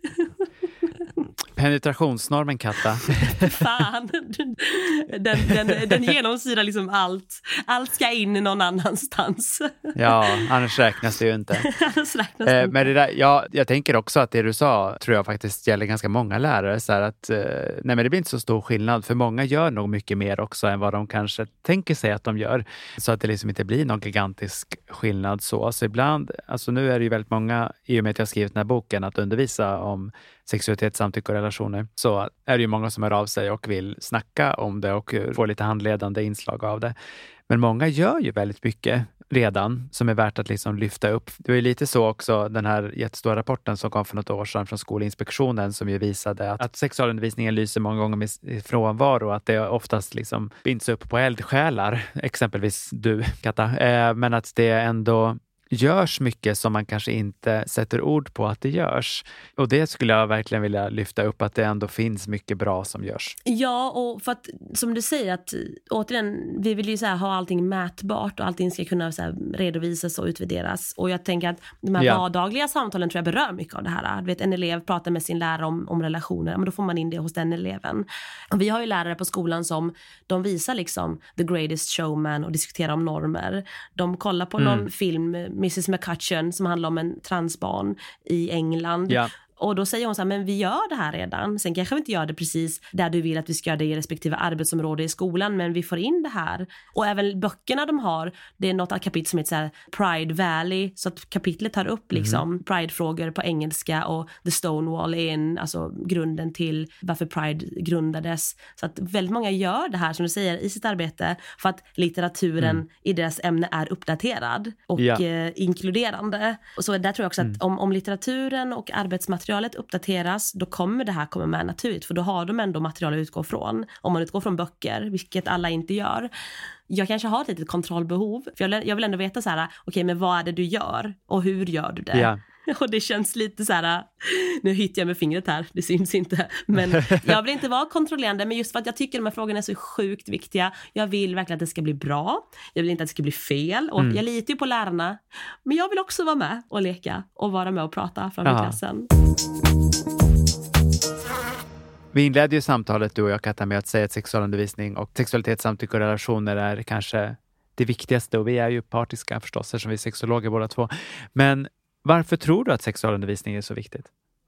Penetrationsnormen, Katta. Fan. Den genomsyrar liksom allt. Allt ska in någon annanstans. Ja, annars räknas det ju inte. Men det där, jag tänker också att det du sa tror jag faktiskt gäller ganska många lärare. Så här att, men det blir inte så stor skillnad. För många gör nog mycket mer också än vad de kanske tänker sig att de gör. Så att det liksom inte blir någon gigantisk skillnad så. Så ibland, alltså nu är det ju väldigt många, i och med att jag skrivit den här boken, att undervisa om sexualitet, samtycke och relationer, så är det ju många som hör av sig och vill snacka om det och få lite handledande inslag av det. Men många gör ju väldigt mycket. redan som är värt att liksom lyfta upp. Det var ju lite så också den här jättestora rapporten som kom för något år sedan från Skolinspektionen som ju visade att sexualundervisningen lyser många gånger med frånvaro, att det oftast liksom binds upp på eldsjälar, exempelvis du, Katta, men att det ändå görs mycket som man kanske inte sätter ord på att det görs. Och det skulle jag verkligen vilja lyfta upp, att det ändå finns mycket bra som görs. Ja, och för att som du säger att återigen, vi vill ju så här ha allting mätbart och allting ska kunna så här redovisas och utvärderas. Och jag tänker att de här vardagliga samtalen tror jag berör mycket av det här. Du vet, en elev pratar med sin lärare om relationer, men då får man in det hos den eleven. Och vi har ju lärare på skolan som de visar liksom The Greatest Showman och diskuterar om normer. De kollar på någon film, Mrs. McCutcheon, som handlar om en transbarn i England. Ja. Och då säger hon så här, men vi gör det här redan. Sen kanske vi inte gör det precis där du vill att vi ska göra det i respektive arbetsområde i skolan, men vi får in det här. Och även böckerna de har, det är något kapitel som heter så här Pride Valley, så att kapitlet tar upp liksom Pride-frågor på engelska, och The Stonewall är alltså grunden till varför Pride grundades. Så att väldigt många gör det här som du säger i sitt arbete för att litteraturen i deras ämne är uppdaterad och inkluderande. Och så där tror jag också att om litteraturen och arbetsmaterialet uppdateras, då kommer det här komma med naturligt, för då har de ändå material att utgå från. Om man utgår från böcker, vilket alla inte gör. Jag kanske har ett litet kontrollbehov, för jag vill ändå veta så här, okej, men vad är det du gör och hur gör du det? Yeah. Och det känns lite så här, nu hittar jag med fingret här, det syns inte, men jag vill inte vara kontrollerande, men just för att jag tycker de här frågorna är så sjukt viktiga. Jag vill verkligen att det ska bli bra, jag vill inte att det ska bli fel, och jag litar ju på lärarna, men jag vill också vara med och leka och vara med och prata framför klassen. Vi inledde ju samtalet, du och jag, Katta, med att säga att sexualundervisning och sexualitet, samtycke och relationer är kanske det viktigaste, och vi är ju partiska förstås eftersom vi är sexologer båda två. Men varför tror du att sexualundervisning är så viktigt?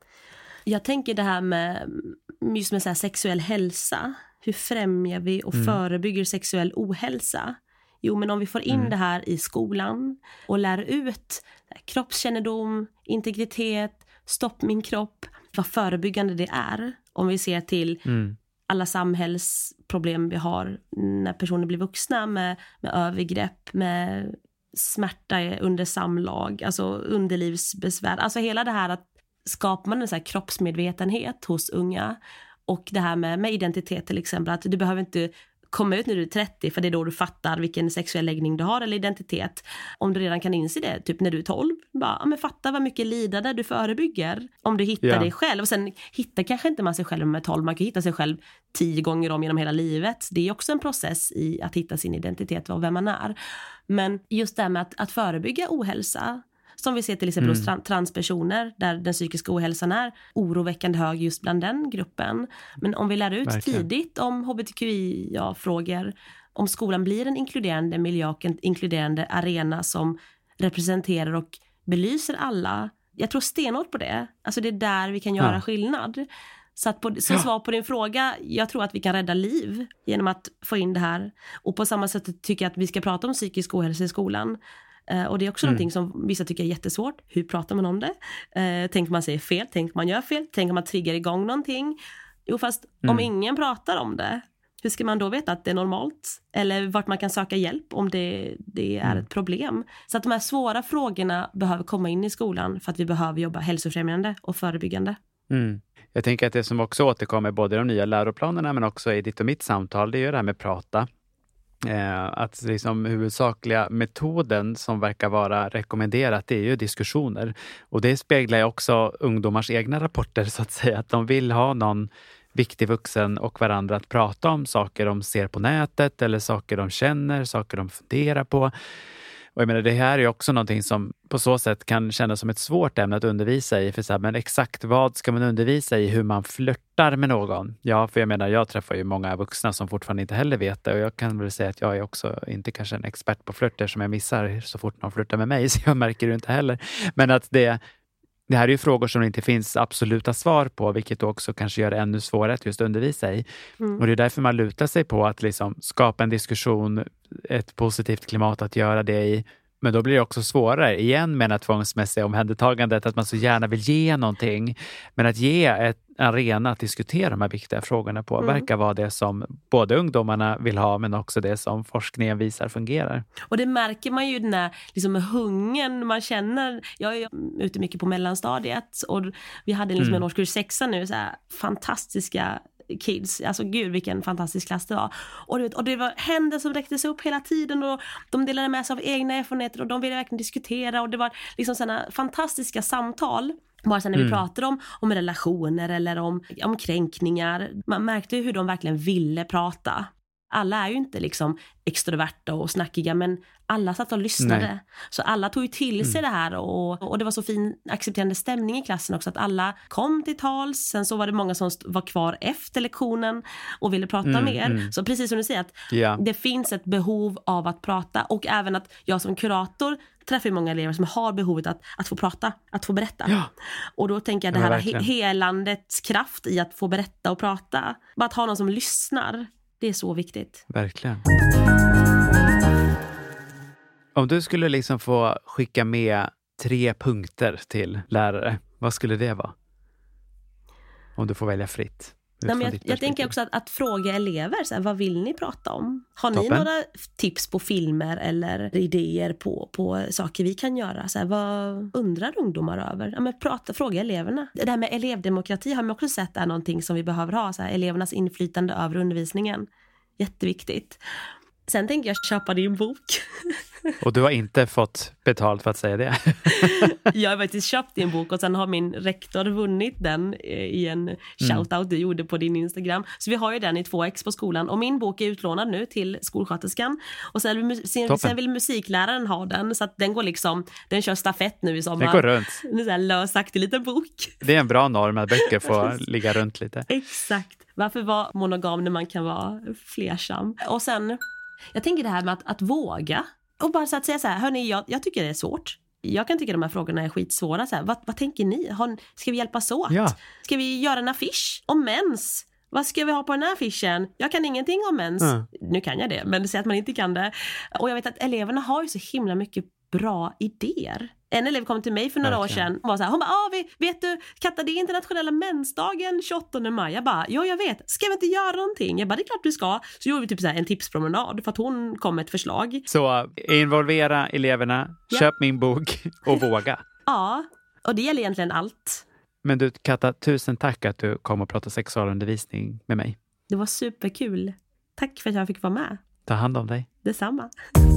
Jag tänker det här med just med så här sexuell hälsa. Hur främjar vi och förebygger sexuell ohälsa? Jo, men om vi får in det här i skolan och lär ut kroppskännedom, integritet, stopp min kropp, vad förebyggande det är. Om vi ser till alla samhällsproblem vi har när personer blir vuxna med övergrepp, med smärta under samlag, alltså underlivsbesvär. Alltså hela det här att skapar man en så här kroppsmedvetenhet hos unga, och det här med identitet till exempel, att du behöver inte komma ut när du är 30, för det är då du fattar vilken sexuell läggning du har eller identitet. Om du redan kan inse det, typ när du är 12, bara, men fatta vad mycket lidande du förebygger om du hittar dig själv. Och sen hittar kanske inte man sig själv med 12, man kan hitta sig själv 10 gånger om genom hela livet. Det är också en process i att hitta sin identitet och vem man är. Men just det här med att förebygga ohälsa, som vi ser till exempel hos transpersoner, där den psykiska ohälsan är oroväckande hög just bland den gruppen. Men om vi lär ut tidigt om hbtqi-frågor, om skolan blir en inkluderande miljö och en inkluderande arena som representerar och belyser alla. Jag tror stenhårt på det. Alltså det är där vi kan göra skillnad. Så att som svar på din fråga, jag tror att vi kan rädda liv genom att få in det här. Och på samma sätt tycker jag att vi ska prata om psykisk ohälsa i skolan. Och det är också någonting som vissa tycker är jättesvårt. Hur pratar man om det? Tänker man säger fel? Tänker man gör fel? Tänker man triggar igång någonting? Jo, fast om ingen pratar om det, hur ska man då veta att det är normalt? Eller vart man kan söka hjälp om det är ett problem? Så att de här svåra frågorna behöver komma in i skolan, för att vi behöver jobba hälsofrämjande och förebyggande. Jag tänker att det som också återkommer både i de nya läroplanerna men också i ditt och mitt samtal, det är ju det här med prata. Att liksom huvudsakliga metoden som verkar vara rekommenderat, det är ju diskussioner. Och det speglar ju också ungdomars egna rapporter, så att säga. Att de vill ha någon viktig vuxen och varandra att prata om saker de ser på nätet eller saker de känner, saker de funderar på. Och jag menar, det här är också någonting som på så sätt kan kännas som ett svårt ämne att undervisa i. För så här, men exakt vad ska man undervisa i, hur man flörtar med någon? Ja, för jag menar, jag träffar ju många vuxna som fortfarande inte heller vet det. Och jag kan väl säga att jag är också inte kanske en expert på flörter som jag missar så fort någon flörtar med mig. Så jag märker det inte heller. Men att det här är ju frågor som det inte finns absoluta svar på, vilket också kanske gör det ännu svårare att just undervisa i. Och det är därför man lutar sig på att liksom skapa en diskussion, ett positivt klimat att göra det i. Men då blir det också svårare igen med det tvångsmässiga omhändertagandet, att man så gärna vill ge någonting. Men att ge en arena att diskutera de här viktiga frågorna på verkar vara det som både ungdomarna vill ha, men också det som forskningen visar fungerar. Och det märker man ju den här liksom hungern man känner. Jag är ute mycket på mellanstadiet och vi hade liksom en årskurs 6 nu, så här fantastiska kids, alltså gud vilken fantastisk klass det var. Och det var händer som räcktes upp hela tiden och de delade med sig av egna erfarenheter och de ville verkligen diskutera och det var liksom sådana fantastiska samtal. Bara sen när vi pratade om relationer eller om kränkningar. Man märkte ju hur de verkligen ville prata. Alla är ju inte liksom extroverta och snackiga, men alla satt och lyssnade. Nej. Så alla tog ju till sig det här och det var så fin accepterande stämning i klassen också, att alla kom till tals. Sen så var det många som var kvar efter lektionen och ville prata mer. Så precis som du säger, att det finns ett behov av att prata, och även att jag som kurator träffar många elever som har behovet att få prata, att få berätta. Ja. Och då tänker jag det här helandets kraft i att få berätta och prata. Bara att ha någon som lyssnar. Det är så viktigt. Verkligen. Om du skulle liksom få skicka med 3 punkter till lärare, vad skulle det vara? Om du får välja fritt. Nej, men jag tänker också att fråga elever, så här, vad vill ni prata om? Har ni några tips på filmer eller idéer på saker vi kan göra? Så här, vad undrar ungdomar över? Ja, men fråga eleverna. Det här med elevdemokrati har man också sett är någonting som vi behöver ha. Så här, elevernas inflytande över undervisningen. Jätteviktigt. Sen tänker jag köpa din bok. Och du har inte fått betalt för att säga det? Jag har faktiskt köpt din bok och sen har min rektor vunnit den i en shoutout du gjorde på din Instagram. Så vi har ju den i 2x på skolan. Och min bok är utlånad nu till skolsköterskan. Och sen vill musikläraren ha den. Så att den går liksom, den kör stafett nu i sommar. Den går runt. En sån här lösaktig liten bok. Det är en bra norm att böcker får ligga runt lite. Exakt. Varför vara monogam när man kan vara flersam? Och sen, jag tänker det här med att våga. Och bara så att säga så här, hörni, jag tycker det är svårt. Jag kan tycka de här frågorna är skitsvåra. Så här, vad tänker ni? Ska vi hjälpas åt? Ja. Ska vi göra en affisch om mens? Vad ska vi ha på den här affischen? Jag kan ingenting om mens. Nu kan jag det, men säg att man inte kan det. Och jag vet att eleverna har ju så himla mycket bra idéer. En elev kom till mig för några år sedan och var så här, hon bara, vet du, Katta, det är internationella mensdagen 28 maj. Jag bara, jag vet. Ska vi inte göra någonting? Jag bara, det är klart du ska. Så gjorde vi typ så här en tipspromenad för att hon kom med ett förslag. Så involvera eleverna, köp min bok och våga. Ja, och det gäller egentligen allt. Men du, Katta, tusen tack att du kom och pratade sexualundervisning med mig. Det var superkul. Tack för att jag fick vara med. Ta hand om dig. Detsamma.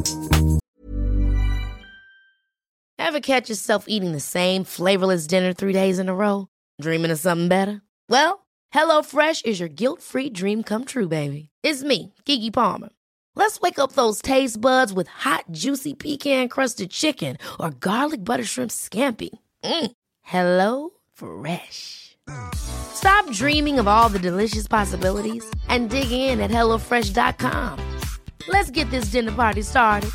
Ever catch yourself eating the same flavorless dinner 3 days in a row? Dreaming of something better? Well, HelloFresh is your guilt-free dream come true, baby. It's me, Keke Palmer. Let's wake up those taste buds with hot, juicy pecan-crusted chicken or garlic butter shrimp scampi. Hello Fresh. Stop dreaming of all the delicious possibilities and dig in at HelloFresh.com. Let's get this dinner party started.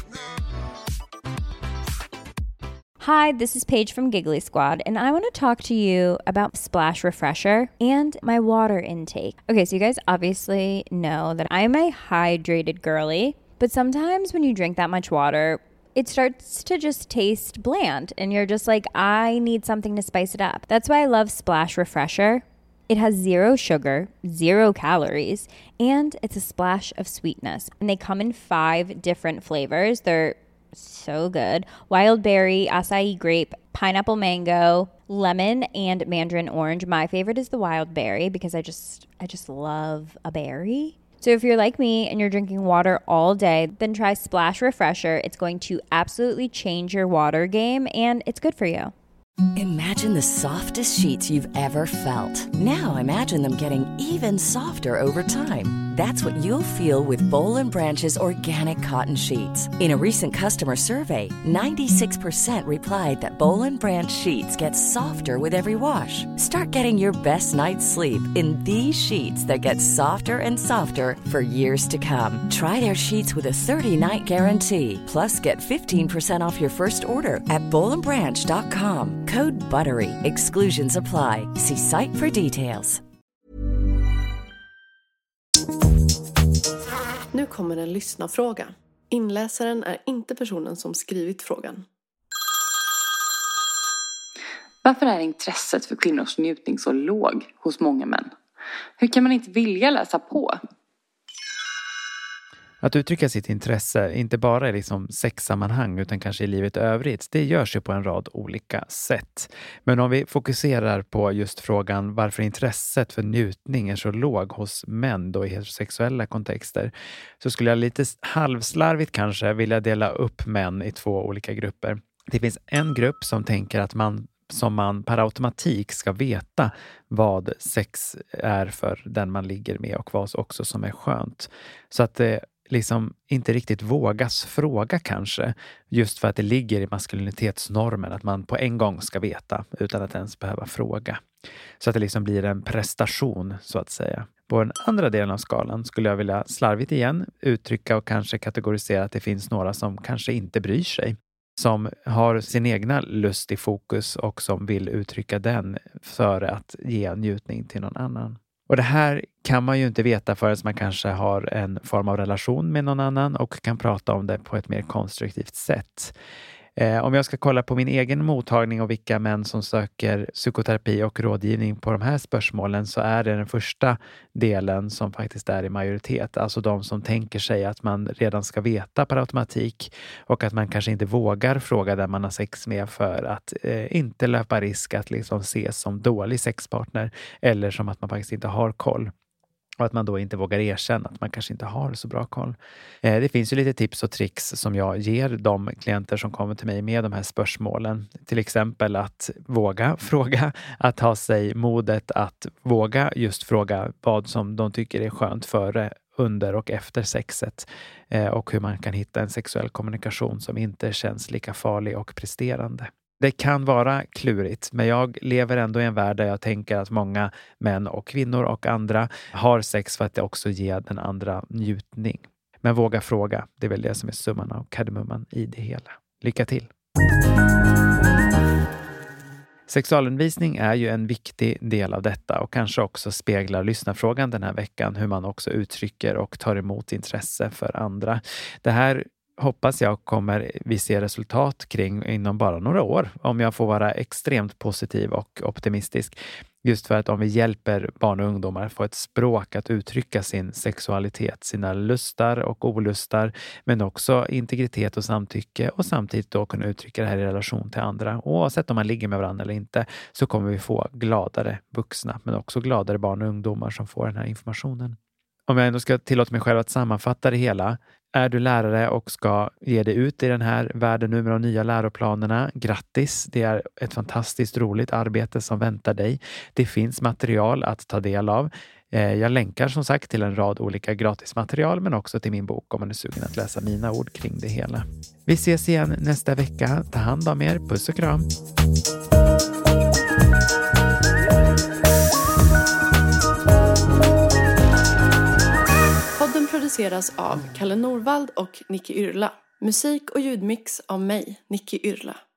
Hi, this is Paige from Giggly Squad, and I want to talk to you about Splash Refresher and my water intake. Okay, so you guys obviously know that I'm a hydrated girly, but sometimes when you drink that much water, it starts to just taste bland, and you're just like, I need something to spice it up. That's why I love Splash Refresher. It has 0 sugar, 0 calories, and it's a splash of sweetness. And they come in 5 different flavors. They're so good. Wild berry, acai grape, pineapple mango, lemon, and mandarin orange. My favorite is the wild berry because I just love a berry. So if you're like me and you're drinking water all day, then try Splash Refresher. It's going to absolutely change your water game, and it's good for you. Imagine the softest sheets you've ever felt. Now imagine them getting even softer over time. That's what you'll feel with Boll & Branch's organic cotton sheets. In a recent customer survey, 96% replied that Boll & Branch sheets get softer with every wash. Start getting your best night's sleep in these sheets that get softer and softer for years to come. Try their sheets with a 30-night guarantee. Plus, get 15% off your first order at bollandbranch.com. Code BUTTERY. Exclusions apply. See site for details. Nu kommer en lyssnarfråga. Inläsaren är inte personen som skrivit frågan. Varför är intresset för kvinnors njutning så låg hos många män? Hur kan man inte vilja läsa på? Att uttrycka sitt intresse, inte bara i liksom sexsammanhang utan kanske i livet övrigt, det görs ju på en rad olika sätt. Men om vi fokuserar på just frågan varför intresset för njutning är så låg hos män då i heterosexuella kontexter, så skulle jag lite halvslarvigt kanske vilja dela upp män i 2 olika grupper. Det finns en grupp som tänker att man per automatik ska veta vad sex är för den man ligger med och vad också som är skönt. Så att det liksom inte riktigt vågas fråga kanske, just för att det ligger i maskulinitetsnormen att man på en gång ska veta utan att ens behöva fråga. Så att det liksom blir en prestation så att säga. På den andra delen av skalan skulle jag vilja slarvigt igen uttrycka och kanske kategorisera att det finns några som kanske inte bryr sig. Som har sin egna lust i fokus och som vill uttrycka den för att ge njutning till någon annan. Och det här kan man ju inte veta förrän man kanske har en form av relation med någon annan och kan prata om det på ett mer konstruktivt sätt. Om jag ska kolla på min egen mottagning och vilka män som söker psykoterapi och rådgivning på de här spörsmålen, så är det den första delen som faktiskt är i majoritet. Alltså de som tänker sig att man redan ska veta per automatik och att man kanske inte vågar fråga den man har sex med för att inte löpa risk att liksom ses som dålig sexpartner eller som att man faktiskt inte har koll. Och att man då inte vågar erkänna att man kanske inte har så bra koll. Det finns ju lite tips och tricks som jag ger de klienter som kommer till mig med de här spörsmålen. Till exempel att våga fråga, att ha sig modet att våga just fråga vad som de tycker är skönt före, under och efter sexet. Och hur man kan hitta en sexuell kommunikation som inte känns lika farlig och presterande. Det kan vara klurigt, men jag lever ändå i en värld där jag tänker att många män och kvinnor och andra har sex för att det också ger den andra njutning. Men våga fråga, det är väl det som är summan av kardemumman i det hela. Lycka till! Sexualundervisning är ju en viktig del av detta och kanske också speglar lyssnarfrågan den här veckan, hur man också uttrycker och tar emot intresse för andra. Det här hoppas jag kommer vi se resultat kring inom bara några år, om jag får vara extremt positiv och optimistisk. Just för att om vi hjälper barn och ungdomar få ett språk att uttrycka sin sexualitet, sina lustar och olustar, men också integritet och samtycke, och samtidigt då kunna uttrycka det här i relation till andra. Oavsett om man ligger med varandra eller inte, så kommer vi få gladare vuxna, men också gladare barn och ungdomar som får den här informationen. Om jag ändå ska tillåta mig själv att sammanfatta det hela. Är du lärare och ska ge dig ut i den här världen nu med de nya läroplanerna, grattis! Det är ett fantastiskt roligt arbete som väntar dig. Det finns material att ta del av. Jag länkar som sagt till en rad olika gratismaterial, men också till min bok om man är sugen att läsa mina ord kring det hela. Vi ses igen nästa vecka. Ta hand om er. Puss och kram! Podden produceras av Kalle Norvald och Nicky Yrla. Musik och ljudmix av mig, Nicky Yrla.